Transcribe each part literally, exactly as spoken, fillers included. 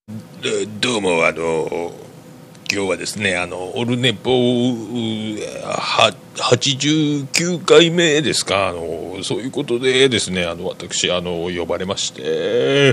えどうも、あの、今日はですね、あの、オルネポ、は、はちじゅうきゅうかいめですか、あの、そういうことでですね、あの、私、あの、呼ばれまして、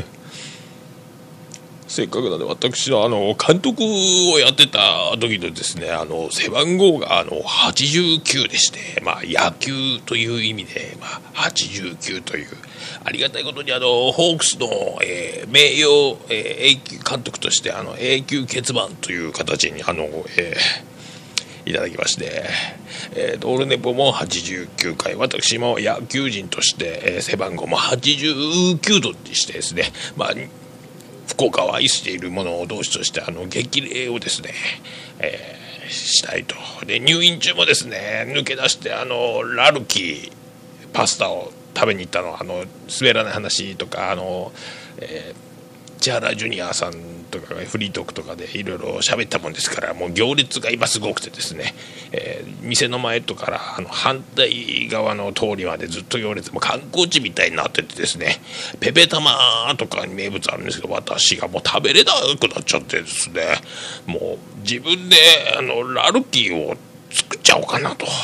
せっかくなんで、私の、あの、監督をやってた時のですね、あの、背番号が、あの、はちじゅうきゅうでして、まあ、野球という意味で、まあ、はちじゅうきゅうという、ありがたいことに、あの、ホークスの、えー名誉、えー永久監督として、あの、永久欠番という形に、あの、えーいただきまして、えーと、オルネポもはちじゅうきゅうかい、私も野球人として、えー背番号もはちじゅうきゅうとしてですね、まあ、福岡を愛している者同士としてあの激励をですね、えーしたいと。で入院中もですね、抜け出してあのラルキーパスタを食べに行ったの、あの滑らない話とか、あの、えー千原ジュニアさんとかがフリートークとかでいろいろ喋ったもんですから、もう行列が今すごくてですね、えー店の前とからあの反対側の通りまでずっと行列、もう観光地みたいになっててですね、ペペ玉とかに名物あるんですけど、私がもう食べれなくなっちゃってですね、もう自分であのラルキーを作っちゃおうかなと。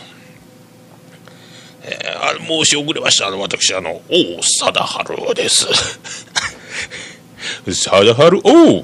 えーあ申し遅れました。あの私、あの王貞治です。貞治王、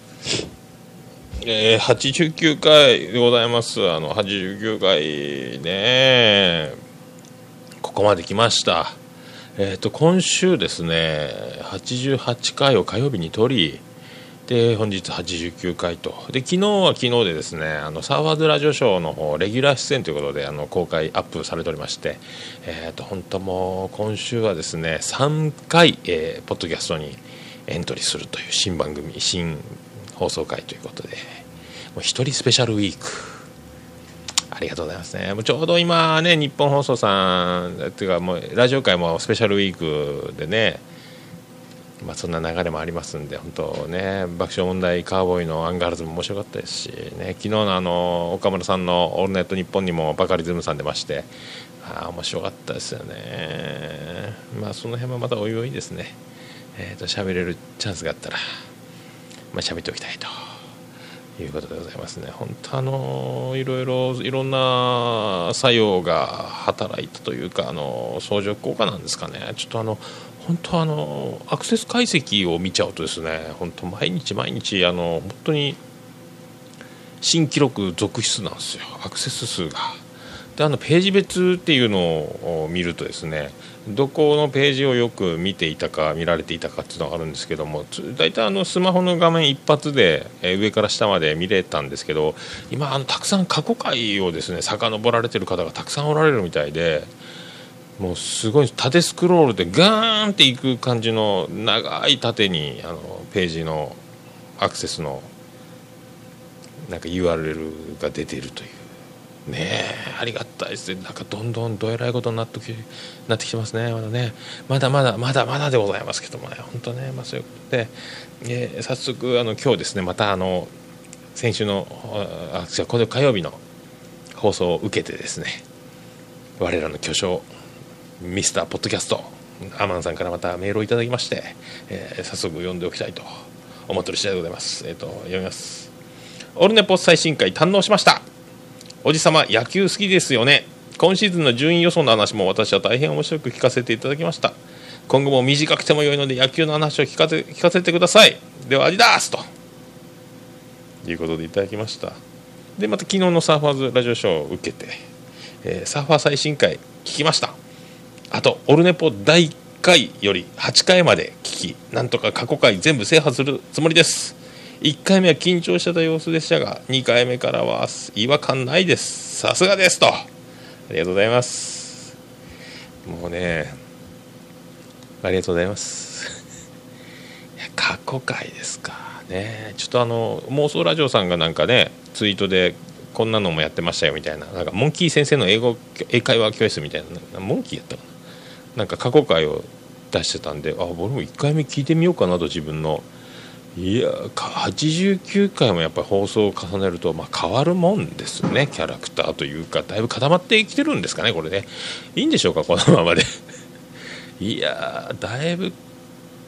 えー、はちじゅうきゅうかいでございます。あのはちじゅうきゅうかいね、ここまで来ました。えっ、と今週ですね、はちじゅうはちかいを火曜日に撮り、で本日はちじゅうきゅうかいと、で昨日は昨日でですね、あのサーファーズラジオショーの方レギュラー出演ということであの公開アップされておりまして、えっ、と本当もう今週はですねさんかい、えーポッドキャストにエントリーするという新番組、新放送回ということで、もう一人スペシャルウィーク、ありがとうございますね。もうちょうど今ね、日本放送さんっていうか、もうラジオ界もスペシャルウィークでね、まあ、そんな流れもありますんで、本当ね、爆笑問題カーボーイのアンガールズも面白かったですしね、昨日のあの岡村さんの「オールナイトニッポン」にもバカリズムさん出まして、あ面白かったですよね。まあその辺はまたおいおいですね、えー、と喋れるチャンスがあったら、まあ、喋っておきたいということでございますね。本当あのいろいろいろんな作用が働いたというか、あの相乗効果なんですかね。ちょっとあの本当あのアクセス解析を見ちゃうとですね、本当毎日毎日あの本当に新記録続出なんですよ、アクセス数が。であのページ別っていうのを見るとですね、どこのページをよく見ていたか見られていたかっていうのがあるんですけども、大体あのスマホの画面一発で、えー上から下まで見れたんですけど、今あのたくさん過去回をですね遡られてる方がたくさんおられるみたいで、もうすごい縦スクロールでガーンっていく感じの長い縦にあのページのアクセスのなんか ユーアールエル が出ているというね、えありがたいですね。なんかどんどんどえらいことになってきなってきてますね。まだね、まだまだまだまだでございますけどもね、本当ね、まあそういうことで、えー早速あの今日ですね、またあの先週のあ違うこれ火曜日の放送を受けてですね、我らの巨匠ミスターポッドキャストアマンさんからまたメールをいただきまして、えー早速読んでおきたいと思っている次第でございます。えーと読みます。オルネポ最新回堪能しました。おじさま野球好きですよね。今シーズンの順位予想の話も私は大変面白く聞かせていただきました。今後も短くても良いので野球の話を聞かせ聞かせてください。ではアディダースということでいただきました。でまた昨日のサーファーズラジオショーを受けて、えーサーファー最新回聞きました。あとオルネポだいいっかいよりはちかいまで聞き、なんとか過去回全部制覇するつもりです。いっかいめは緊張してた様子でしたが、にかいめからは違和感ないです。さすがですと。ありがとうございます。もうね、ありがとうございます。いや過去回ですかね。ちょっとあの妄想ラジオさんがなんかねツイートでこんなのもやってましたよみたいな、なんかモンキー先生の英語英会話教室みたいな、モンキーやったかな、なんか過去回を出してたんで、あ僕もいっかいめ聞いてみようかなと自分の。いやはちじゅうきゅうかいもやっぱり放送を重ねると、まあ、変わるもんですね。キャラクターというかだいぶ固まってきてるんですかね、これね。いいんでしょうかこのままで。いやだいぶ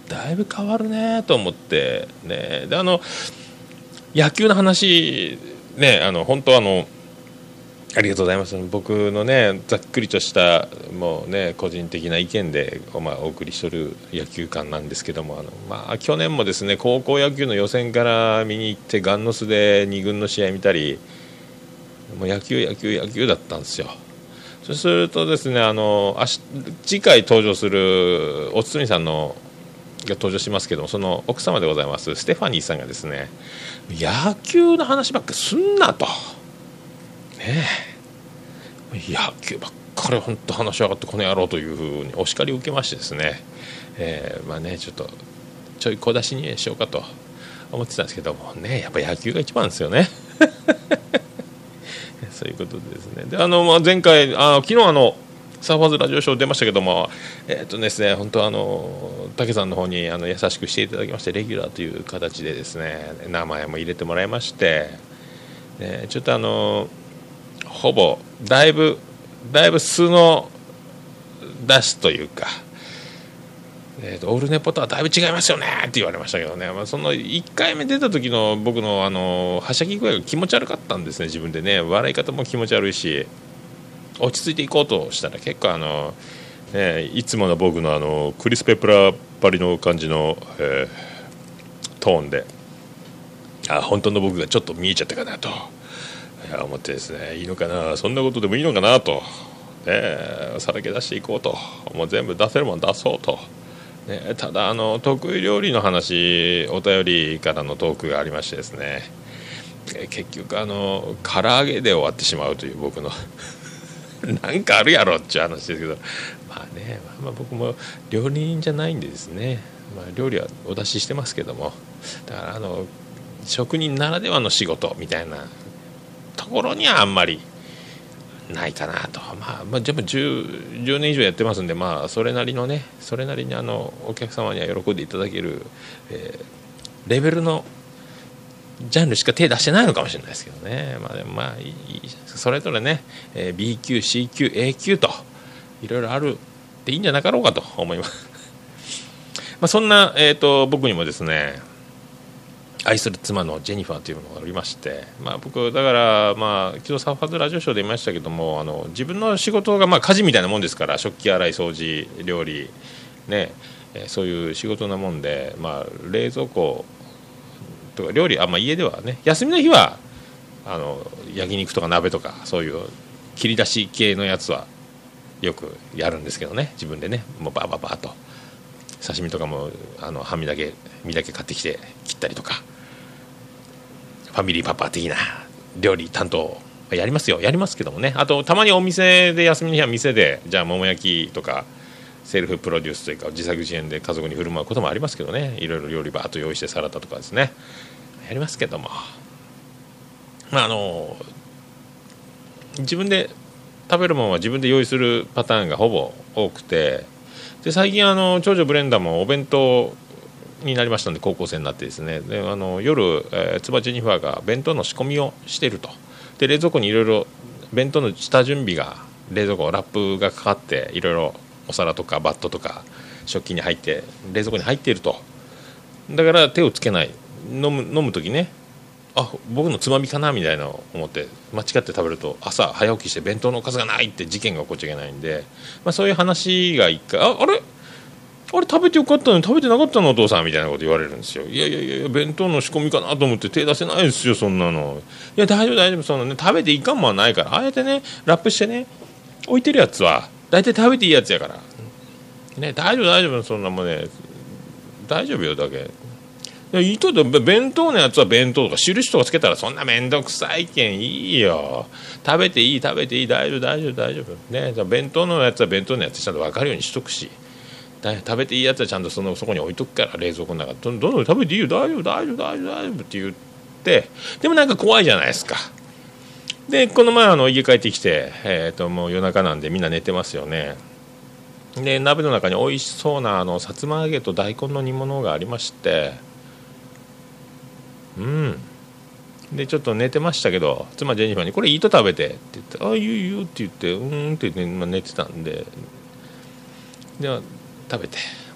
だいぶ変わるねと思ってね。であの野球の話ね、あの本当あのありがとうございます。僕のねざっくりとしたもうね個人的な意見で、まあ、お送りしとる野球観なんですけども、あの、まあ、去年もですね高校野球の予選から見に行ってガンノスでに軍の試合見たり、もう野球野球野球だったんですよ。そうするとですね、あの明日次回登場するおつつみさんのが登場しますけども、その奥様でございますステファニーさんがですね、野球の話ばっかりすんなとねえ、野球ばっかり本当話しやがってこの野郎というふうにお叱りを受けましてですね、えー、まあねちょっとちょい小出しにしようかと思ってたんですけどもね、やっぱ野球が一番ですよねそういうことでですね。であの、まあ、前回あ昨日あのサーファーズラジオショー出ましたけども、えーっとですね、本当あの竹さんの方にあの優しくしていただきまして、レギュラーという形でですね名前も入れてもらいまして、ね、ちょっとあのほぼだいぶだいぶ素の出すというか、えー、とオールネポとはだいぶ違いますよねって言われましたけどね、まあ、そのいっかいめ出た時の僕のあのはしゃぎ具合が気持ち悪かったんですね。自分でね笑い方も気持ち悪いし、落ち着いていこうとしたら結構あの、ね、いつもの僕のあのクリス・ペプラーばりの感じの、えー、トーンで、あ本当の僕がちょっと見えちゃったかなと思ってですね、いいのかな、そんなことでもいいのかなと、ね、さらけ出していこうと、もう全部出せるもん出そうと、ね、ただあの得意料理の話、お便りからのトークがありましてですね、結局あの唐揚げで終わってしまうという僕のなんかあるやろっていう話ですけど、まあね、まあ、僕も料理人じゃないんでですね、まあ、料理はお出ししてますけども、だからあの職人ならではの仕事みたいなところにはあんまりないかなと、まあ、まあ、でも 10, じゅうねん以上やってますんで、まあ、それなりのねそれなりにあのお客様には喜んでいただける、えー、レベルのジャンルしか手出してないのかもしれないですけどね、まあ、でもまあいいそれぞれね、えー、ビー級 シー級 エー級といろいろあるでいいんじゃなかろうかと思いますまあそんな、えーと、僕にもですね愛する妻のジェニファーというのがおりまして、まあ、僕だから、まあ、昨日サーファーズラジオショーで言いましたけども、あの自分の仕事がまあ家事みたいなもんですから、食器洗い掃除料理ね、えー、そういう仕事なもんで、まあ、冷蔵庫とか料理、あ、まあ、家ではね休みの日はあの焼肉とか鍋とかそういう切り出し系のやつはよくやるんですけどね、自分でねもうバーバーバーと刺身とかもあの半身だけ身だけ買ってきて切ったりとか、ファミリーパパ的な料理担当やりますよやりますけどもね、あとたまにお店で休みの日は店でじゃあ桃焼きとかセルフプロデュースというか自作自演で家族に振る舞うこともありますけどね、いろいろ料理バーッと用意してサラダとかですねやりますけども、まああの自分で食べるものは自分で用意するパターンがほぼ多くて、で最近あの長女ブレンダーもお弁当になりましたので高校生になってですね、であの夜、えー、妻ジェニファーが弁当の仕込みをしていると、で冷蔵庫にいろいろ弁当の下準備が冷蔵庫ラップがかかっていろいろお皿とかバットとか食器に入って冷蔵庫に入っていると、だから手をつけない、飲む飲む時ね、あ僕のつまみかなみたいなのを思って間違って食べると朝早起きして弁当のおかずがないって事件が起こっちゃいけないんで、まあ、そういう話が一回 あ, あれあれ食べてよかったのに食べてなかったのお父さんみたいなこと言われるんですよ。いやいやいや弁当の仕込みかなと思って手出せないですよそんなの。いや大丈夫大丈夫、そんなね食べていかんもんはないから、ああやってねラップしてね置いてるやつは大体食べていいやつやからね、大丈夫大丈夫、そんなもんね大丈夫よだけ。いやいいと弁当のやつは弁当とか印とかつけたらそんなめんどくさいけんいいよ、食べていい食べていい大丈夫大丈夫大丈夫ね、弁当のやつは弁当のやつちゃんと分かるようにしとくし、食べていいやつはちゃんと そ, のそこに置いとくから冷蔵庫の中どんどん食べていいよ大丈夫大丈夫大丈夫大丈夫って言って、でもなんか怖いじゃないですか。でこの前あの家帰ってきて、えー、ともう夜中なんでみんな寝てますよね。で鍋の中に美味しそうなあのさつま揚げと大根の煮物がありまして、うんでちょっと寝てましたけど妻ジェニファーにこれいいと食べてって言って、ああいいよいいよって言って、うーんって言って、まあ、寝てたんで、では食べて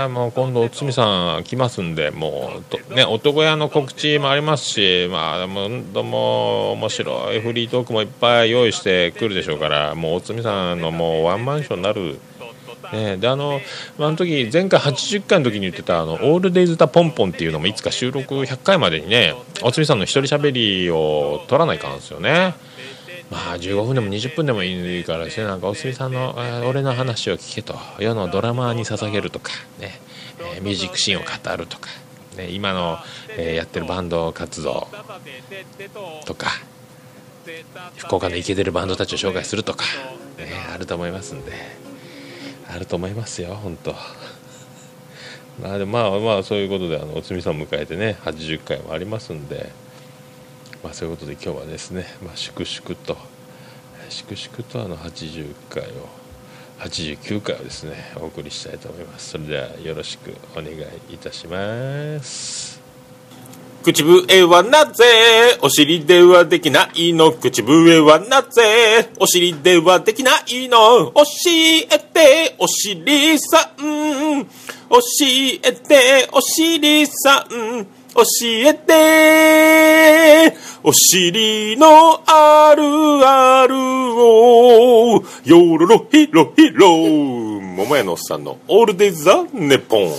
ね、もう今度おつみさん来ますんで、もうと、ね、男屋の告知もありますし、まあ、でもどうも面白いフリートークもいっぱい用意してくるでしょうから、もうおつみさんのもうワンマンションになる、ね、であのあの時前回はちじゅっかいの時に言ってたあのオールデイズ・ザ・ポンポンっていうのもいつか収録ひゃっかいまでにね、おつみさんの一人喋りを取らないかんですよね。まあじゅうごふんでもにじゅっぷんでもいいからですね、なんかおすみさんの、えー、俺の話を聞けと、世のドラマーに捧げるとかね、えー、ミュージックシーンを語るとか、ね、今の、えー、やってるバンド活動とか、福岡のイケてるバンドたちを紹介するとか、ね、あると思いますんで、あると思いますよ本当。まあでまあまあそういうことで、あのおつみさんを迎えてねはちじゅっかいもありますんで、まあ、そういうことで今日はですね、まあ、粛々と粛々とあのはちじゅっかいをはちじゅうきゅうかいをですねお送りしたいと思います。それではよろしくお願いいたします。 口笛はなぜお尻ではできないの、口笛はなぜお尻ではできないの、教えてお尻さん、教えてお尻さん、教えてお尻のあるあるを、よろろひろひろ、桃屋のおっさんのオールデイズ・ザ・ネポン。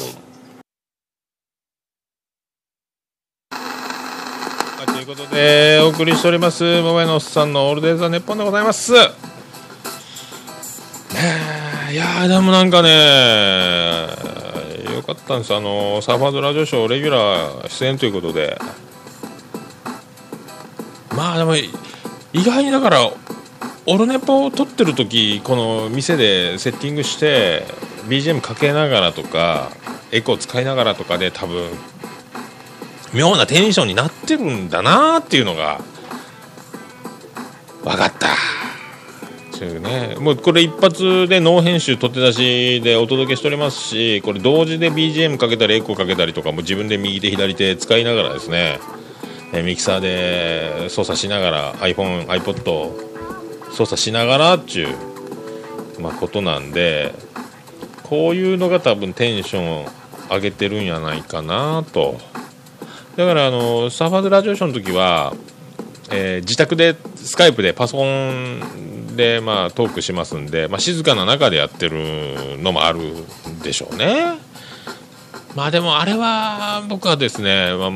ということでお送りしております桃屋のおっさんのオールデイズ・ザ・ネポンでございます。いやでもなんかねよかったんです。あのサーファーズラジオショーレギュラー出演ということで、まあでも意外にだからオルネポを撮ってる時この店でセッティングして ビージーエム かけながらとかエコー使いながらとかで多分妙なテンションになってるんだなっていうのが分かった。ね、もうこれ一発でノー編集取って出しでお届けしておりますし、これ同時で ビージーエム かけたりエコーかけたりとかも自分で右手左手使いながらですね、ミキサーで操作しながら iPhone、iPod 操作しながらっていう、まあ、ことなんで、こういうのが多分テンションを上げてるんやないかなと。だからあのサーファーズラジオショーの時は、えー、自宅でスカイプでパソコンでまあトークしますんで、まあ、静かな中でやってるのもあるでしょうね。まあでもあれは僕はですね、まあ、い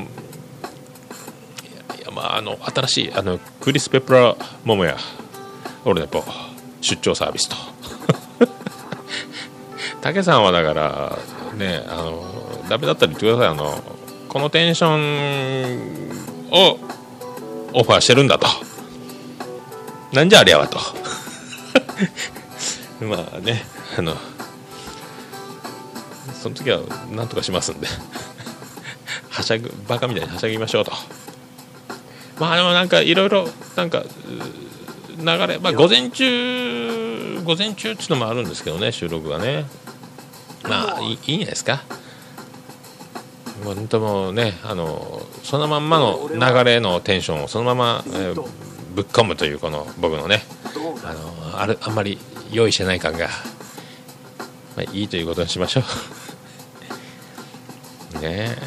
やまああの新しいあのクリス・ペプラ桃屋オルネポ出張サービスと竹さんはだからね、あのダメだったら言ってください。あのこのテンションをオファーしてるんだと、なんじゃありゃわとまあね、あのその時はなんとかしますんではしゃぐバカみたいにはしゃぎましょうと。まあでもなんかいろいろなんか流れ、まあ午前中午前中っていうのもあるんですけどね、収録がね、まあいい、いいんじゃないですか。本当もうね、あのそのまんまの流れのテンションをそのまま、えー、ぶっ込むというこの僕のね、あの あ, るあんまり用意してない感が、まあ、いいということにしましょうねえ。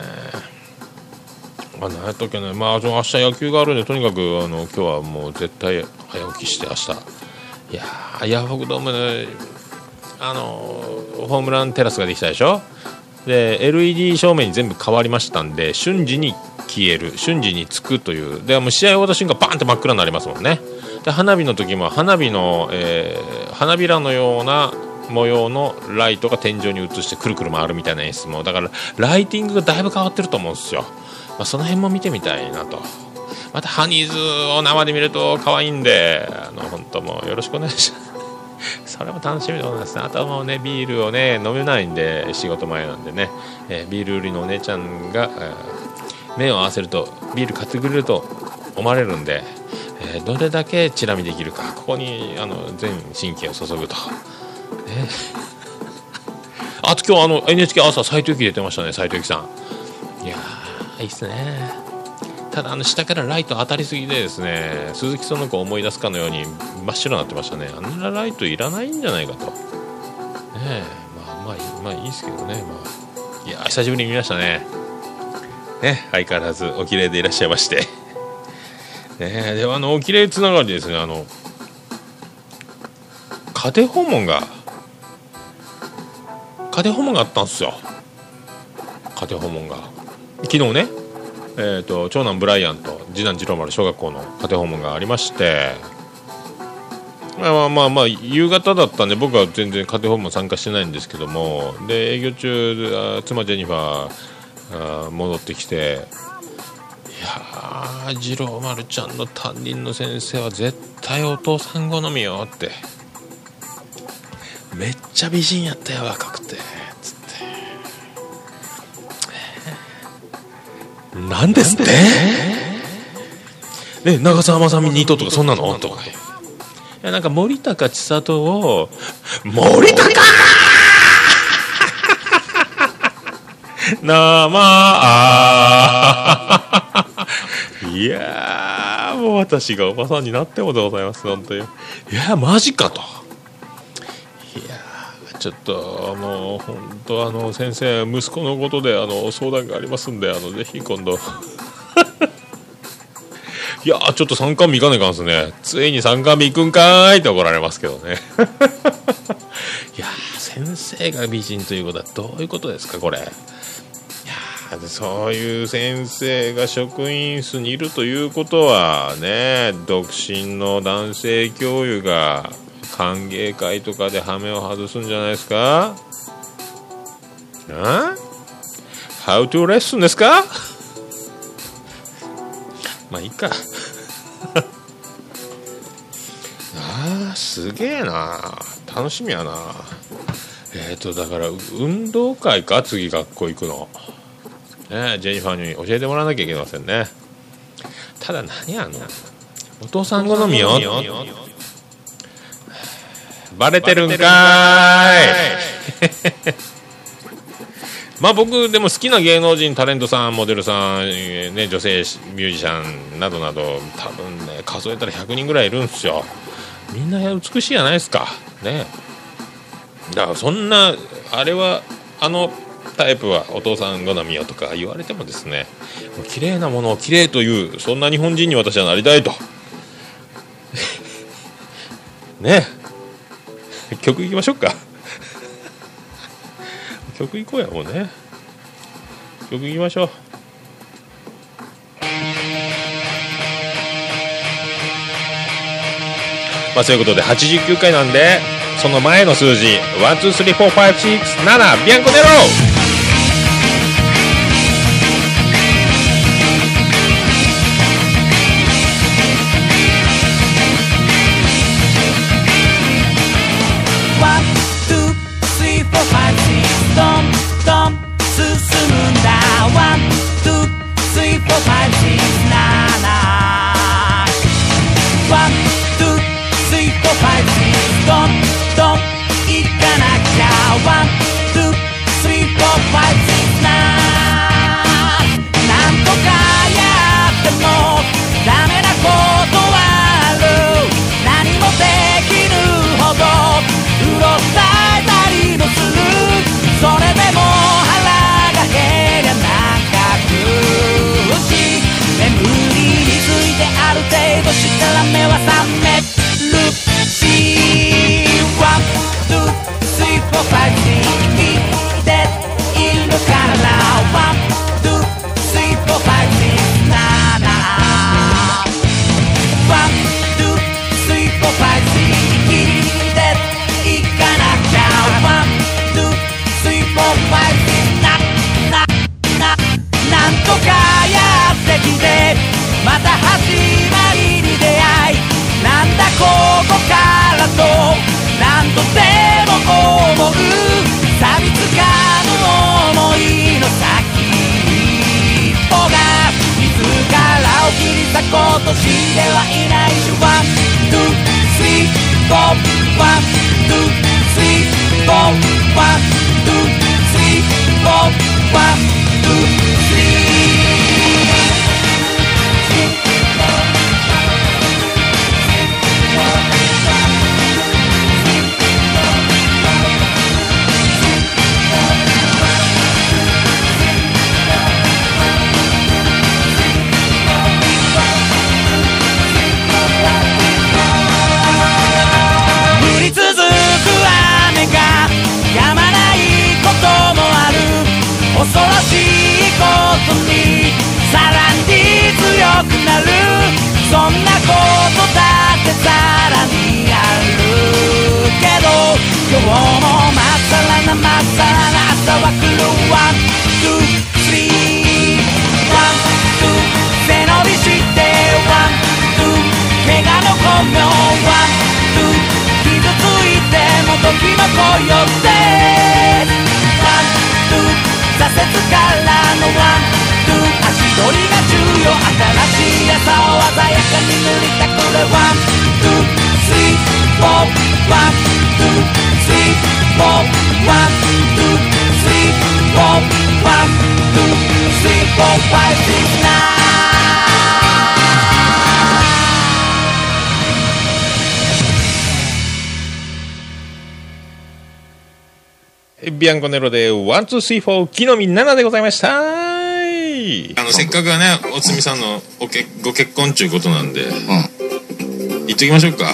まあ何やったっけね、まあ明日野球があるんで、とにかくあの今日はもう絶対早起きして明日、いやーヤフオクドームであのホームランテラスができたでしょ。で エルイーディー 照明に全部変わりましたんで、瞬時に消える、瞬時につくという。でもう試合終わった瞬間バーンって真っ暗になりますもんね。で花火の時も花火の、えー、花びらのような模様のライトが天井に映してくるくる回るみたいな演出も、だからライティングがだいぶ変わってると思うんですよ。まあ、その辺も見てみたいなと。またハニーズを生で見ると可愛いんで、あの本当もうよろしくお願いしますそれも楽しみでございますね。あとはもうね、ビールをね飲めないんで、仕事前なんでね、えー、ビール売りのお姉ちゃんが、えー、目を合わせるとビール買ってくれると思われるんで、えー、どれだけチラ見できるか、ここにあの全神経を注ぐと、ね、あと今日あの エヌエイチケー 朝斉藤由貴出てましたね。斉藤由貴さん、いやーいいっすね。ただあの下からライト当たりすぎでですね、鈴木園子を思い出すかのように真っ白になってましたね。あんなライトいらないんじゃないかと、ねえ、まあまあいい、まあいいですけどね。まあ、いや久しぶりに見ましたね。ね、相変わらずお綺麗でいらっしゃいまして。ね、ではあのお綺麗つながりですね、あの家庭訪問が家庭訪問があったんですよ。家庭訪問が昨日ね、えーと、長男ブライアンと次男次郎丸小学校の家庭訪問がありまして、まあまあまあ夕方だったんで僕は全然家庭訪問参加してないんですけども、で営業中妻ジェニファーあ戻ってきて、いやー次郎丸ちゃんの担任の先生は絶対お父さん好みよって、めっちゃ美人やったよ若くてつってなんですってね、長澤まさみに似ととかそんなのとか、いやなんか森高千里を森高なまあいやーもう私がおばさんになってもでございます本当に。いやマジかと、いやちょっともう本当あの先生息子のことであの相談がありますんで、あのぜひ今度いやちょっと参観日行かないかんですね。ついに参観日行くんかーいって怒られますけどねいや先生が美人ということはどういうことですかこれ。いやそういう先生が職員室にいるということはね、独身の男性教諭が歓迎会とかでハメを外すんじゃないですか。ん How to レッスンですかまあいいかあーすげえな、楽しみやな。えっとだから運動会か次学校行くのね、ジェニファーに教えてもらわなきゃいけませんね。ただ何やのお父さん好みよバレてるんかーいまあ僕でも好きな芸能人タレントさんモデルさん、ね、女性ミュージシャンなどなど多分ね数えたらひゃくにんぐらいいるんですよ。みんな美しいじゃないですかね。だからそんなあれはあのタイプはお父さん好みよとか言われてもですね、もう綺麗なものを綺麗というそんな日本人に私はなりたいとね曲いきましょうか曲いこうやもうね、曲いきましょう。まあそういうことではちじゅうきゅうかいなんでその前の数字ワンツースリーフォーファイブシックスセブンビアンコネロどんどん進むんだワン、ツー、スリー、フォー、ファイブ、シックス、ナナワン、ツー、スリー、フォー、ファイブ、シックスどんどん行かなきゃワン、ツー、スリー、フォー、ファイブ、シックス、ナなんとかやってもダメなことはある。何もできぬほどうろたえたりもする。それでも腹が減りゃなんか苦しい。眠りについてある程度したら目は覚めるしワン、ツー、スリー、フォー、ファイブ、シックス生きているからワン、ツー、スリー、フォー、ファイブ、シックス、ナナワン、ツー、スリー、フォー、ファイブ、シックス生きていかなきゃワン、ツー、スリー、フォー、ファイブ、シックス、な、な、な、なんとかやってきてまた始まりに出会いなんだここからと何度でも思う錆びつかぬ想いの先一歩が自らを切り裂こうとしてはいないしワン、ツー、スリー、フォー、ワン、ツー、スリー、フォー、ワン、ツー、スリー、フォー、ワン、ツー、スリーよ新しい朝を鮮やかに塗りたくれワン、ツー、スリー、フォー、ワン、ツー、スリー、フォー、ワン、ツー、スリー、フォー、ワン、ツー、スリー、フォー、ファイブ、シックス、ナインビアンコネロでワンツースリーフォー木の実ななでございました。あのせっかくねおつみさんのおけご結婚ちゅうことなんで、うん、言っときましょうか。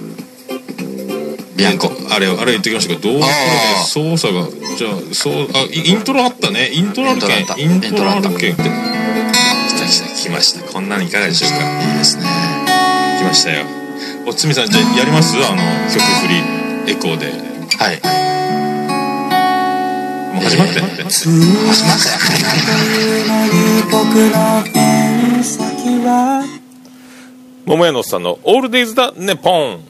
ビアンコあれあれ言っときましょうか。どう操作がじゃあそうあイントロあったね。イントロあるけんイントロあるけんって来た来た来ました。こんなのいかがでしょうか。いいですね。来ましたよ。おつみさんじゃあやります。あの曲振りエコーで。はい。もう始まって、えー、始まって桃屋のおっさんのオールデイズだネポン。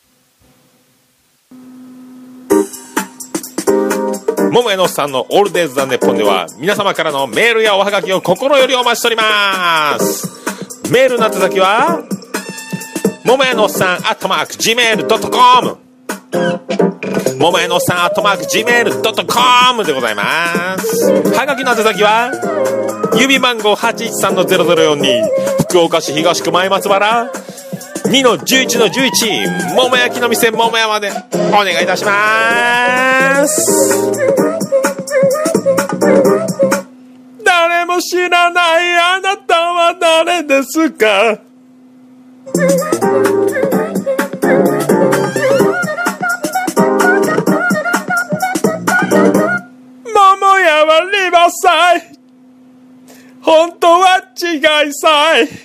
桃屋のおっさんのオールデイズだネポンでは皆様からのメールやおはがきを心よりお待ちしております。メールの宛先は桃屋のおっさんアットマーク ジーメールドットコム桃屋のおっさんアットマーク ジーメールドットコム でございます。はがきの宛先は郵便番号 はちいちさんのゼロゼロよんに 福岡市東区前松原 にのじゅういちのじゅういち 桃焼きの店桃屋までお願いいたします。誰も知らないあなたは誰ですか。桃屋はリバーサイ本当は違いさい。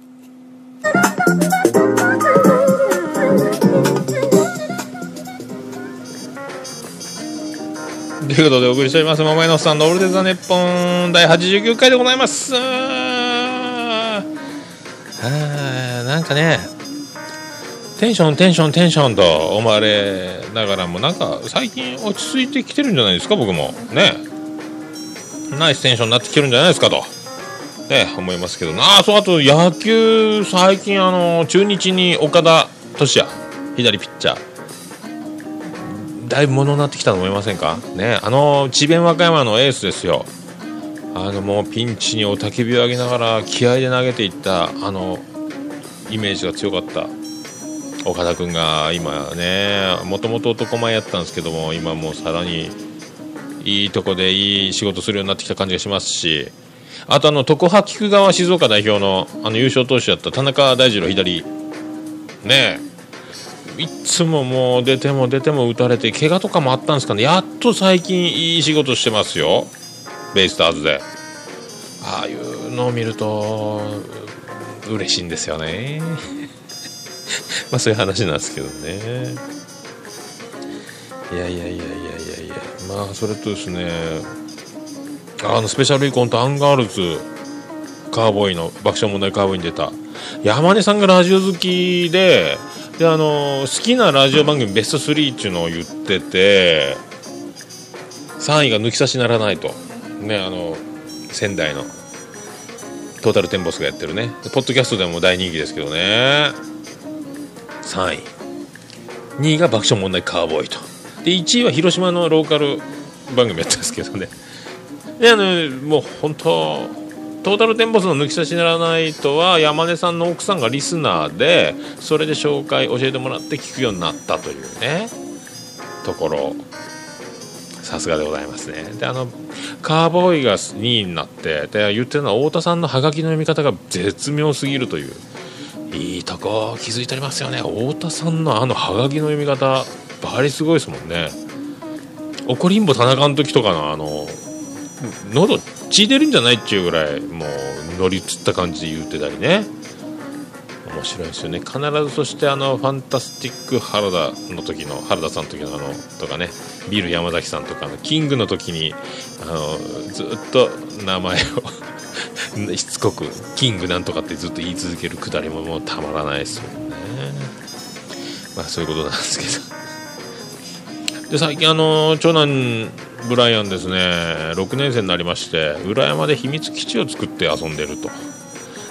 ということでお送りしております桃屋のおっさんのオールデイズ・ザ・ネッポンだいはちじゅうきゅうかいでございます。あなんかねテンションテンションテンションと思われながらもなんか最近落ち着いてきてるんじゃないですか。僕もねナイステンションになってきてるんじゃないですかとね思いますけどな。あそうあと野球最近あの中日に岡田俊也左ピッチャーだいぶ物になってきたと思いませんかね。あの智弁和歌山のエースですよ。あのもうピンチに雄たけびを上げながら気合で投げていったあのイメージが強かった岡田君が今ねもともと男前やったんですけども今もうさらにいいとこでいい仕事するようになってきた感じがしますし、あとあの常葉菊川静岡代表のあの優勝投手だった田中大二郎左ねいつももう出ても出ても打たれて怪我とかもあったんですかね。やっと最近いい仕事してますよベイスターズで。ああいうのを見ると嬉しいんですよねまあそういう話なんですけどね。いやいやいやいやいやいやまあそれとですねあのスペシャルイコンとアンガールズカーボーイの爆笑問題カーボーイに出た山根さんがラジオ好きでであの好きなラジオ番組ベストスリーっていうのを言っててさんいが抜き差しならないとねあの仙台のトータルテンボスがやってるねポッドキャストでも大人気ですけどね。さんいにいが爆笑問題カーボーイとでいちいは広島のローカル番組やったんですけどね。であのもう本当トータルテンボスの抜き差しならないとは山根さんの奥さんがリスナーでそれで紹介教えてもらって聞くようになったというねところさすがでございますね。であのカーボーイがにいになってで言ってるのは太田さんのハガキの読み方が絶妙すぎるといういいとこ気づいておりますよね。太田さんのあのハガキの読み方バリすごいですもんね。怒りんぼ田中の時とかのあの喉血出るんじゃないっていうぐらいもう乗り移った感じで言ってたりね面白いですよね。必ずそしてあのファンタスティック原田の時の原田さんの時のあのとかねビール山崎さんとかのキングの時にあのずっと名前をしつこくキングなんとかってずっと言い続けるくだりももうたまらないですよね。まあそういうことなんですけどで最近あの長男ブライアンですねろくねん生になりまして裏山で秘密基地を作って遊んでると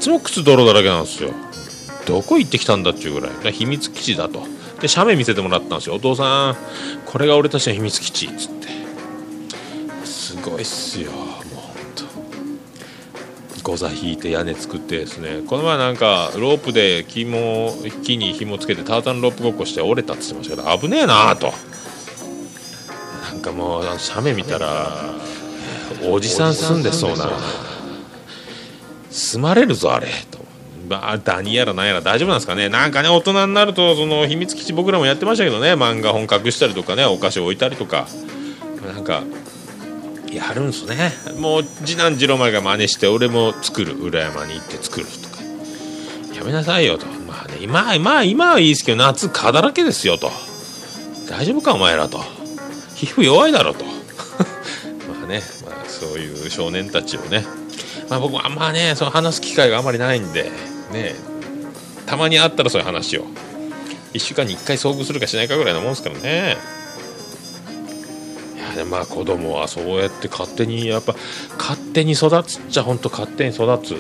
つも靴泥だらけなんですよ。どこ行ってきたんだっていうぐらい秘密基地だと。で写メ見せてもらったんですよ。お父さんこれが俺たちの秘密基地っつって。すごいっすよ。もうほんとゴザ引いて屋根作ってですね、この前なんかロープで木も木に紐つけてターザンロープごっこして折れたって言ってましたけど、危ねえなと。なんかもう写メ見たらおじさん住んでそうな、住まれるぞあれと。まあ何やら何やら大丈夫なんですかね。なんかね大人になるとその秘密基地僕らもやってましたけどね、漫画本隠したりとかね、お菓子置いたりとかなんかやるんすね。もう次男次郎丸が真似して俺も作る、裏山に行って作るとか。やめなさいよと。まあね今今今はいいですけど夏蚊だらけですよと。大丈夫かお前らと。皮膚弱いだろと。まあね、まあ、そういう少年たちをね、まあ、僕はあんまねその話す機会があまりないんでね、たまにあったらそういう話をいっしゅうかんにいっかい遭遇するかしないかぐらいのもんですからね。いやでもまあ子供はそうやって勝手にやっぱ勝手に育つっちゃほんと勝手に育つ。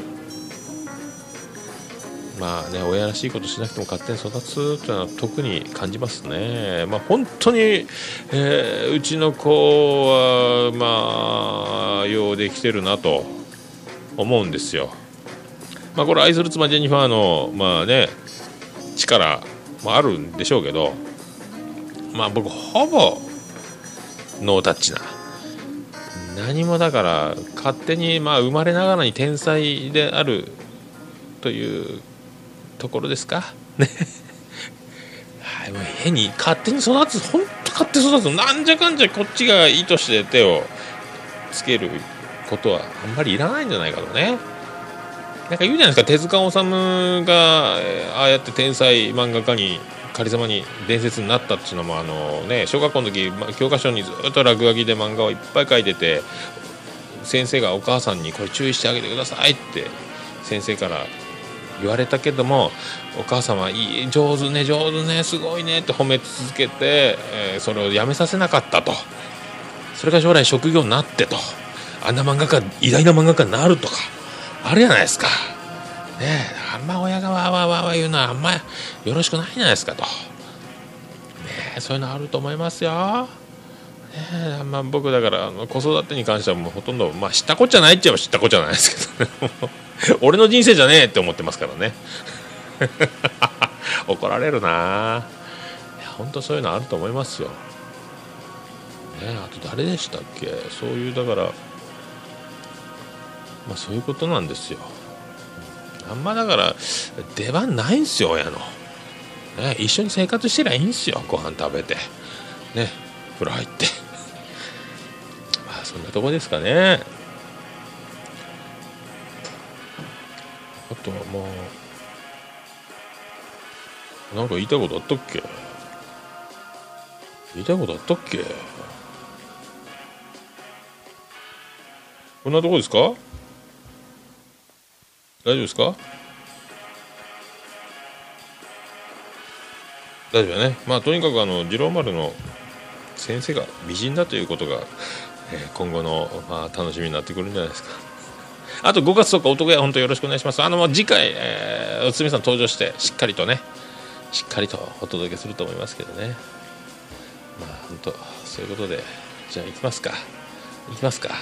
まあね親らしいことしなくても勝手に育つというのは特に感じますね。まあ本当に、えー、うちの子はまあようできてるなと思うんですよ。まあこれ愛する妻ジェニファーのまあね力もあるんでしょうけど、まあ僕ほぼノータッチな、何もだから勝手にまあ生まれながらに天才であるというところですかね。はい、もう変に勝手に育つ、本当勝手に育つ、なんじゃかんじゃこっちが意図して手をつけることはあんまりいらないんじゃないかとね。なんか言うじゃないですか、手塚治虫がああやって天才漫画家にカリスマに伝説になったっていうのもあのね、小学校の時教科書にずっと落書きで漫画をいっぱい描いてて、先生がお母さんにこれ注意してあげてくださいって先生から言われたけども、お母さんはいい上手ね上手ねすごいねって褒め続けて、えー、それをやめさせなかったと。それが将来職業になってと、あんな漫画家偉大な漫画家になるとかあるじゃないですかね。えあんま親がわーわーわーわー言うのはあんまよろしくないじゃないですかとね。えそういうのあると思いますよ。ねえまあ、僕だからあの子育てに関してはもうほとんど、まあ、知ったこっちゃないっちゃ知ったこっちゃないですけどね。俺の人生じゃねえって思ってますからね。怒られるな。本当そういうのあると思いますよ、ね、あと誰でしたっけ、そういうだからまあそういうことなんですよ。あんまだから出番ないんすよ親の、ね、一緒に生活してりゃいいんすよ。ご飯食べてね、風呂入ってまあそんなとこですかね。あとはまあなんか言いたいことあったっけ言いたいことあったっけこんなとこですか。大丈夫ですか。大丈夫だね。まあとにかくあの次郎丸の先生が美人だということが、えー、今後の、まあ、楽しみになってくるんじゃないですか。あとごがつとおか男や本当よろしくお願いします。あのもう次回、えー、おつみさん登場してしっかりとねしっかりとお届けすると思いますけどね。まあ本当そういうことでじゃあ行きますか行きますか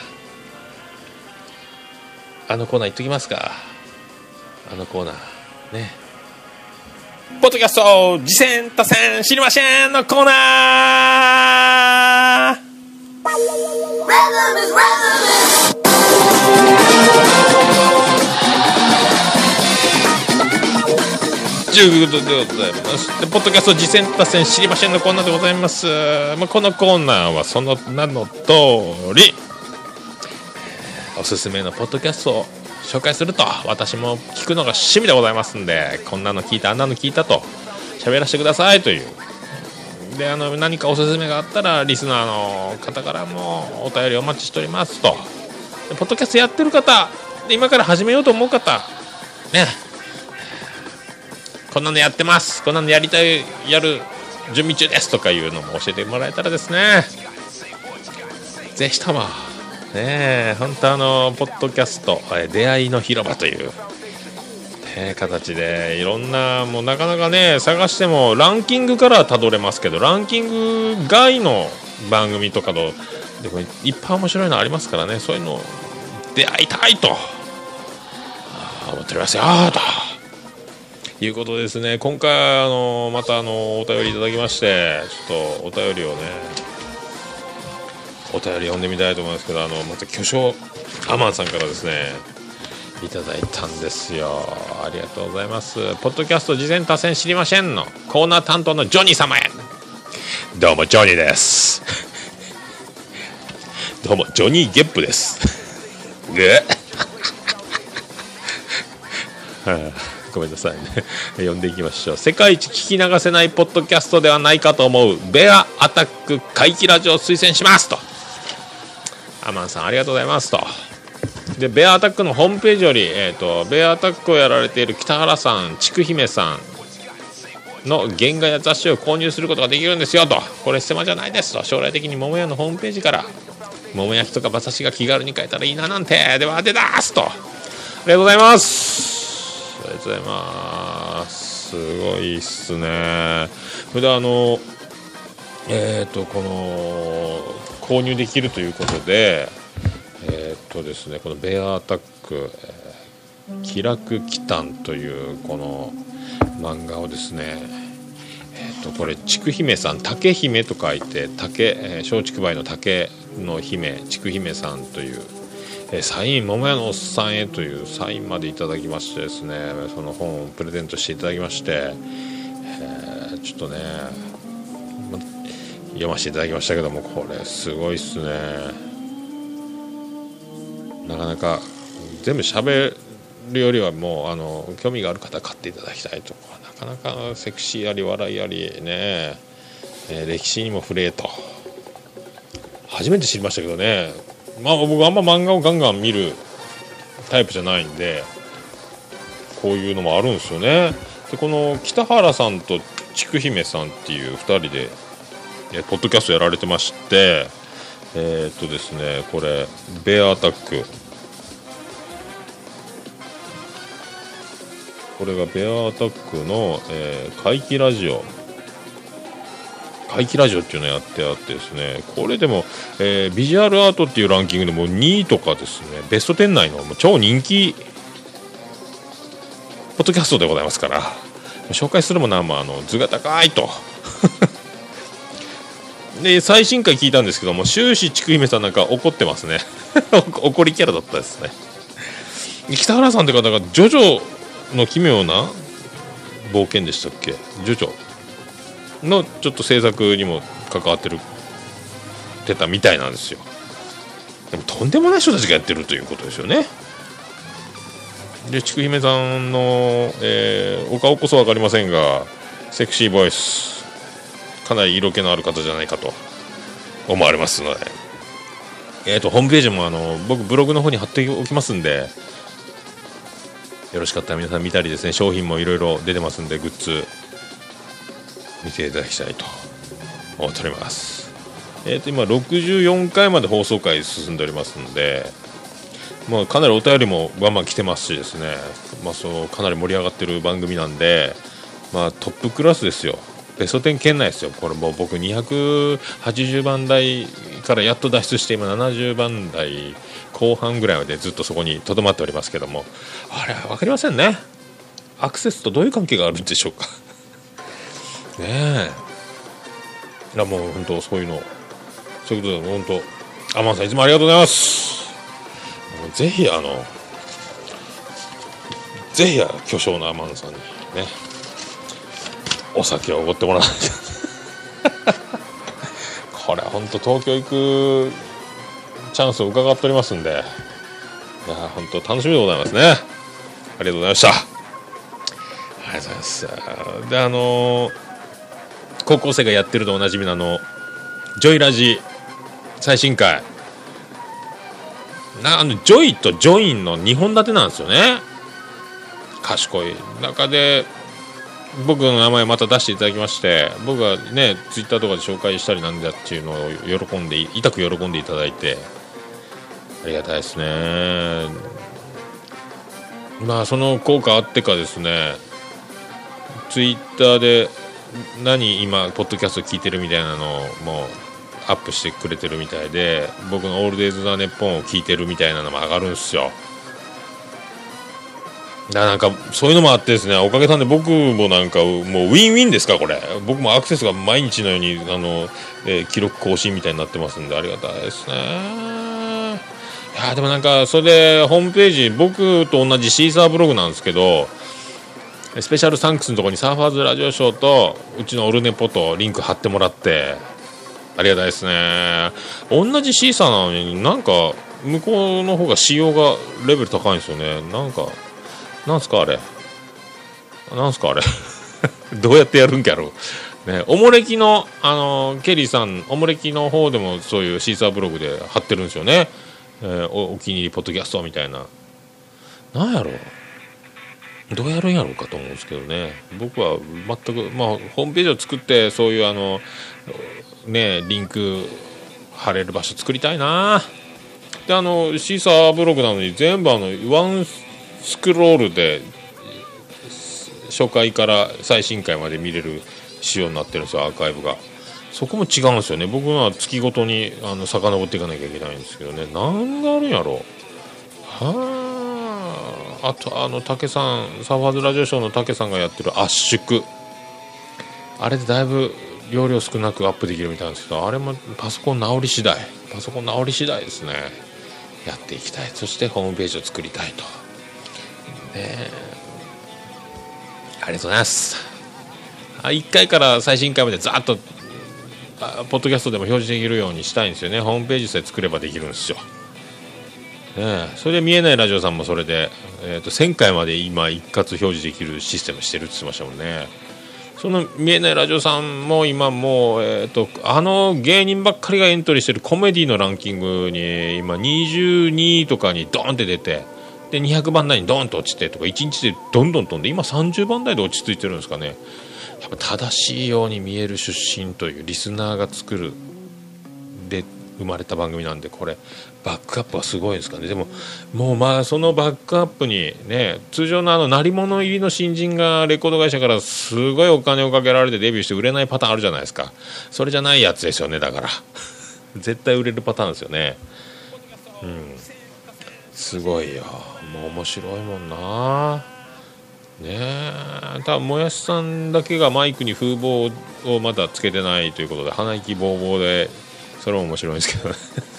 あのコーナー行っときますか。あのコーナーね、 ポッドキャスト次戦他戦知りませんのコーナー。 ということでございます。でポッドキャスト次戦他戦知りませんのコーナーでございます。まあ、このコーナーはその名の通りおすすめのポッドキャストを紹介すると、私も聞くのが趣味でございますんで、こんなの聞いたあんなの聞いたと喋らせてくださいというで、あの何かおすすめがあったらリスナーの方からもお便りお待ちしておりますと。でポッドキャストやってる方で今から始めようと思う方ね、こんなのやってます、こんなのやりたいやる準備中ですとかいうのも教えてもらえたらですね、ぜひともねえ本当あのポッドキャスト出会いの広場というえー、形でいろんなもうなかなかね探してもランキングからはたどれますけど、ランキング外の番組とかのでもいっぱい面白いのありますからね、そういうの出会いたいと思っておりますよということですね。今回あのまたあのお便りいただきまして、ちょっとお便りをねお便り読んでみたいと思いますけど、あのまた巨匠アマンさんからですねいただいたんですよ。ありがとうございます。ポッドキャスト事前多戦知りませんのコーナー担当のジョニー様へ。どうもジョニーですどうもジョニーゲップですえごめんなさいね読んでいきましょう。世界一聞き流せないポッドキャストではないかと思うベアアタック怪奇ラジオを推薦しますと。アマンさんありがとうございますと。でベアアタックのホームページより、えー、とベアアタックをやられている北原さん、ちくひめさんの原画や雑誌を購入することができるんですよと。これステマじゃないですと。将来的に桃屋のホームページから桃焼きとか馬刺しが気軽に買えたらいいななんて。では当てますと。ありがとうございます。ありがとうございます。すごいっすね。それであのえっ、ー、とこの購入できるということでえっとですねこのベアアタック、えー、気楽祈祷というこの漫画をですね、えー、とこれちくひめさん、竹姫と書いて竹、えー、松竹梅の竹の姫、ちくひめさんという、えー、サイン桃屋のおっさんへというサインまでいただきましてですね、その本をプレゼントしていただきまして、えー、ちょっとね、ま、読ませていただきましたけども、これすごいっすね。なかなか全部喋るよりはもうあの興味がある方は買っていただきたいとか、なかなかセクシーあり笑いありね、えー、歴史にも触れと初めて知りましたけどね。まあ僕あんま漫画をガンガン見るタイプじゃないんでこういうのもあるんですよね。でこの北原さんとちくひめさんっていうふたりでえポッドキャストやられてまして、えー、っとですねこれベアアタック、これがベアアタックの、えー、怪奇ラジオ怪奇ラジオっていうのをやってあってですね、これでも、えー、ビジュアルアートっていうランキングでもにいとかですね、ベストじゅう内のもう超人気ポッドキャストでございますから、紹介するものは、まあ、あの図が高いとで最新回聞いたんですけども、終始ちくひめさんなんか怒ってますね怒りキャラだったですね。北原さんって方がジョジョの奇妙な冒険でしたっけ、ジョジョのちょっと制作にも関わってるてたみたいなんですよ。でもとんでもない人たちがやってるということですよね。でちくひめさんの、えー、お顔こそ分かりませんがセクシーボイスかなり色気のある方じゃないかと思われますので、えーとホームページもあの僕ブログの方に貼っておきますんで、よろしかったら皆さん見たりですね、商品もいろいろ出てますんでグッズ見ていただきたいと思っております。えーと今ろくじゅうよんかいまで放送回進んでおりますので、まあ、かなりお便りもバンバン来てますしですね、まあ、そのかなり盛り上がってる番組なんで、まあ、トップクラスですよ。ベストじゅう圏内ですよ。これもう僕にひゃくはちじゅうばん台からやっと脱出して今ななじゅうばん台後半ぐらいまでずっとそこにとどまっておりますけども、あれ分かりませんね。アクセスとどういう関係があるんでしょうかねえ、いやもう本当そういうのそういうことで本当アマンさんいつもありがとうございます。ぜひあのぜひ巨匠のアマンさんにねお酒をおごってもらわないとこれ本当東京行くチャンスを伺っておりますんで、いや本当楽しみでございますね。ありがとうございました。ありがとうございます。であの高校生がやってるとおなじみのあのジョイラジ最新回な、あのジョイとジョインのにほん立てなんですよね。賢い中で僕の名前また出していただきまして、僕がねツイッターとかで紹介したりなんだっていうのを喜んで痛く喜んでいただいてありがたいですね。 まあその効果あってかですね、ツイッターで何今ポッドキャスト聞いてるみたいなのをもうアップしてくれてるみたいで、僕のオールデイズ・ザ・ネッポンを聞いてるみたいなのも上がるんですよ。だからなんかそういうのもあってですね、おかげさんで僕もなんかもうウィンウィンですかこれ。僕もアクセスが毎日のようにあの、えー、記録更新みたいになってますんでありがたいですね。いやでもなんかそれでホームページ、僕と同じシーサーブログなんですけど、スペシャルサンクスのところにサーファーズラジオショーとうちのオルネポとリンク貼ってもらってありがたいですね。同じシーサーなのになんか向こうの方が仕様がレベル高いんですよね。なんかなんすかあれなんすかあれどうやってやるんかやろう、ね、おもれきの、あのー、ケリーさんおもれきの方でもそういうシーサーブログで貼ってるんですよね、えー、お, お気に入りポッドキャストみたいな。なんやろうどうやるんやろうかと思うんですけどね。僕は全く、まあ、ホームページを作ってそういうあのねリンク貼れる場所作りたいな。であのシーサーブログなのに全部あのワンスクロールで初回から最新回まで見れる仕様になってるんですよ、アーカイブが。そこも違うんですよね。僕のは月ごとにあの遡っていかなきゃいけないんですけどね。なんがあるんやろう。はあ。あとあの竹さん、サーファーズラジオショーの竹さんがやってる圧縮、あれでだいぶ容量少なくアップできるみたいなんですけど、あれもパソコン直り次第パソコン直り次第ですね、やっていきたい。そしてホームページを作りたいと、ね、ありがとうございます。いっかいから最新回までざっとポッドキャストでも表示できるようにしたいんですよね。ホームページさえ作ればできるんですよ、ね、それで見えないラジオさんもそれで、えー、とせんかいまで今一括表示できるシステムしてるって言ってましたもんね。その見えないラジオさんも今もう、えー、とあの芸人ばっかりがエントリーしてるコメディのランキングに今にじゅうにいとかにドーンって出て、でにひゃくばん台にドーンと落ちてとかいちにちでどんどん飛んで今さんじゅうばん台で落ち着いてるんですかね。やっぱ正しいように見える出身というリスナーが作るで生まれた番組なんで、これバックアップはすごいですかね。でももうまあそのバックアップにね、通常のあの鳴り物入りの新人がレコード会社からすごいお金をかけられてデビューして売れないパターンあるじゃないですか。それじゃないやつですよね。だから絶対売れるパターンですよね。うん、すごいよ。もう面白いもんなねえ。多分もやしさんだけがマイクに風防をまだつけてないということで鼻息ボーボーで、それも面白いんですけどね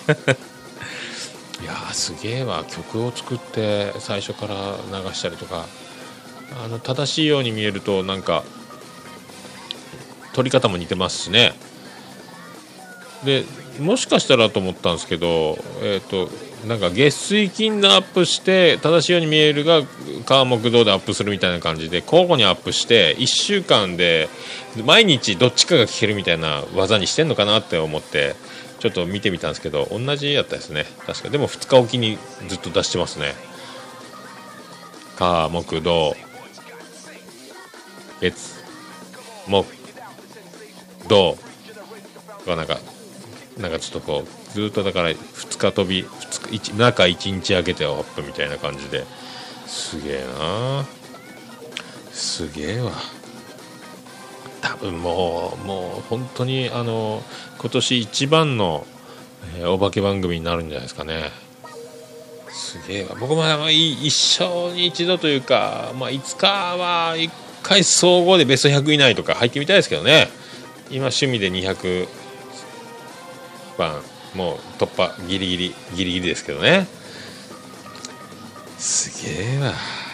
いやーすげえわ。曲を作って最初から流したりとか、あの正しいように見えるとなんか撮り方も似てますしね。でもしかしたらと思ったんですけど、えーとなんか月水金でアップして正しいように見えるが火木土でアップするみたいな感じで交互にアップしていっしゅうかんで毎日どっちかが聞けるみたいな技にしてんのかなって思ってちょっと見てみたんですけど、同じやったですね確か。でもふつかおきにずっと出してますね。火木土月木土がなんかなんかちょっとこうずっとだからふつか飛びふつか中いちにち空けてアップみたいな感じで、すげえなすげえわ。多分もうもう本当にあの今年一番の、えー、お化け番組になるんじゃないですかね。すげえわ。僕も一生に一度というか、まあ、いつかはいっかい総合でベストひゃく以内とか入ってみたいですけどね。今趣味でにひゃくばんもう突破ギリギリギリギリですけどね。すげえわ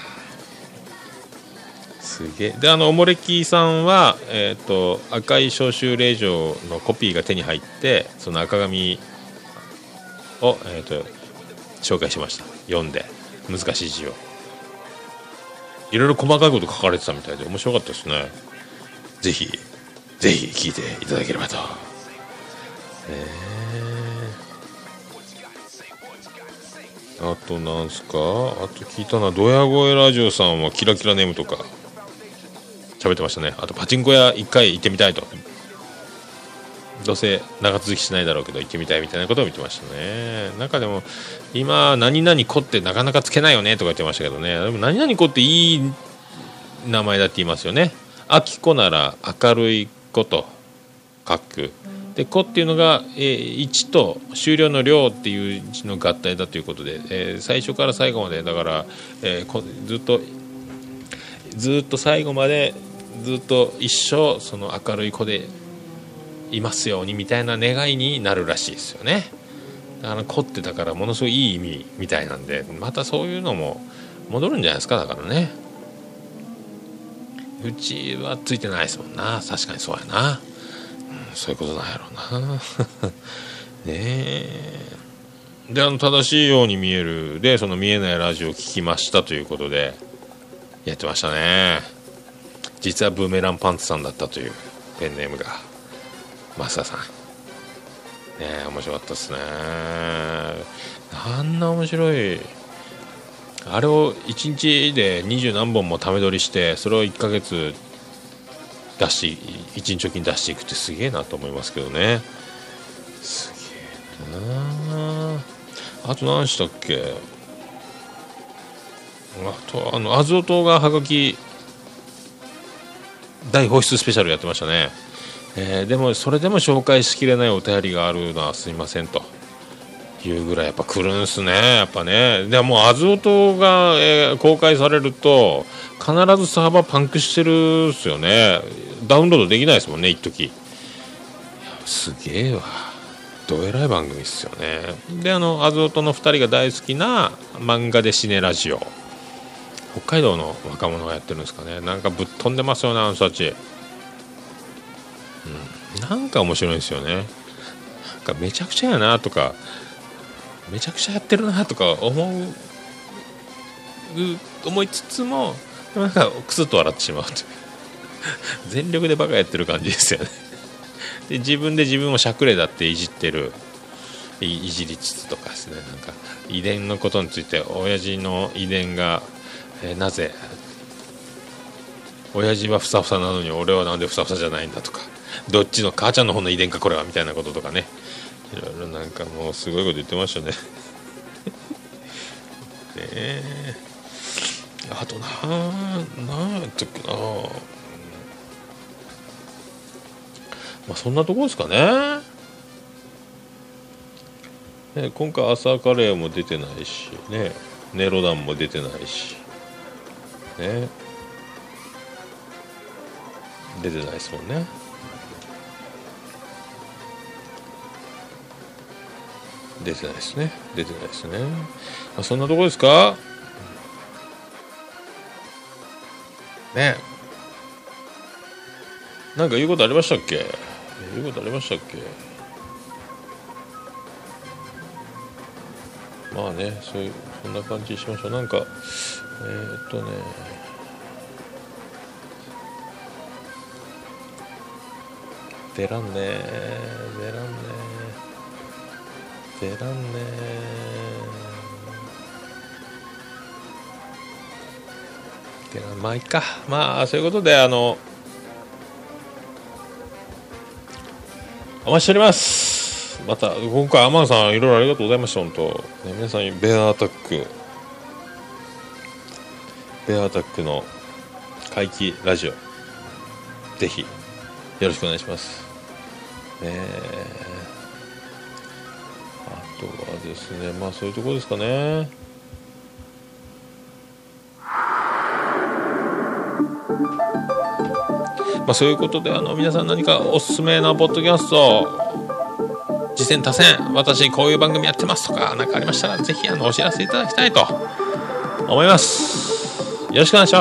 すげえ。であのおもれきさんは、えー、と赤い召集令状のコピーが手に入って、その赤紙を、えー、と紹介しました。読んで難しい字をいろいろ細かいこと書かれてたみたいで面白かったですね。ぜひぜひ聞いていただければと。えーあとなんすか、あと聞いたのはドヤ声ラジオさんはキラキラネームとか喋ってましたね。あとパチンコ屋一回行ってみたいと。 どうせ長続きしないだろうけど行ってみたいみたいなことを言ってましたね。なんかでも今何々子ってなかなかつけないよねとか言ってましたけどね、でも何々子っていい名前だって言いますよね。あきこなら明るい子と書くで、子っていうのが、えー、いちと終了の了っていう字の合体だということで、えー、最初から最後までだから、えー、こずっとずっと最後までずっと一生その明るい子でいますようにみたいな願いになるらしいですよね。だから子ってだからものすごいいい意味みたいなんで、またそういうのも戻るんじゃないですか。だからね、うちはついてないですもんな。確かにそうやな、うん、そういうことなんやろうなねえ。であの正しいように見えるでその見えないラジオを聞きましたということでやってましたね。実はブーメランパンツさんだったというペンネームがマスターさんねえ、面白かったですね。あんな面白いあれをいちにちで二十何本もため撮りしてそれをいっかげつ出しいちにちおきに出していくってすげえなと思いますけどね。すげえな。あと何したっけ。あとあのアズオ島がはがき大放出スペシャルやってましたね。えー、でもそれでも紹介しきれないお便りがあるのはすいませんというぐらいやっぱ来るんすね。やっぱね。でもアズオ島が、えー、公開されると必ずサーバーパンクしてるっすよね。ダウンロードできないですもんね一時。すげえわ、どえらい番組っすよね。であのアズオ島のふたりが大好きな漫画でシネラジオ、北海道の若者がやってるんですかね。なんかぶっ飛んでますよねあの人たち、うん、なんか面白いんですよね。なんかめちゃくちゃやなとかめちゃくちゃやってるなとか思う思いつつもなんかクスッと笑ってしまうという全力でバカやってる感じですよね。で自分で自分をしゃくれだっていじってる い, いじりつつとかですね。なんか遺伝のことについて親父の遺伝が、えー、なぜ親父はふさふさなのに俺はなんでふさふさじゃないんだとか、どっちの母ちゃんの方の遺伝かこれはみたいなこととかね、いろいろなんかもうすごいこと言ってましたね。ねえ、あとななんやったっけな、まあそんなとこですかね。ね今回朝カレーも出てないしね、ネロダンも出てないしね、出てないですもんね。出てないですね。出てないですね。あそんなとこですかね。なんか言うことありましたっけ。言うことありましたっけ。まあね、そういうそんな感じにしましょう。なんかえー、っとね出らんね出らんね出らんね出らんまあいいか。まあそういうことであのお待ちしております。また今回アマンさんいろいろありがとうございました。本当、ね、皆さんベアアタックベアアタックの怪奇ラジオぜひよろしくお願いします。えー、あとはですね、まあそういうところですかね。まあそういうことであの皆さん何かおすすめなポッドキャスト次戦多戦私こういう番組やってますとか何かありましたらぜひあのお知らせいただきたいと思います。よろしくお願いします。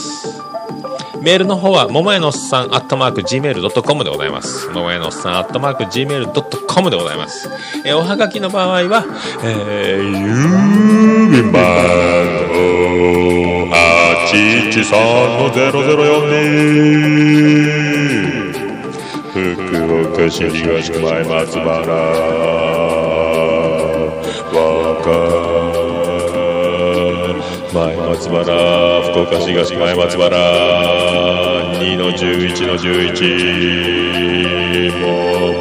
メールの方はももやのおっさんアットマーク ジーメールドットコム でございます。ももやのおっさんアットマーク ジーメールドットコム でございます。えー、おはがきの場合は、えー、郵便番号はちいちさんのゼロゼロよんに福岡市東区前松原若前松原福岡市東区前松原にのじゅういちのじゅういちも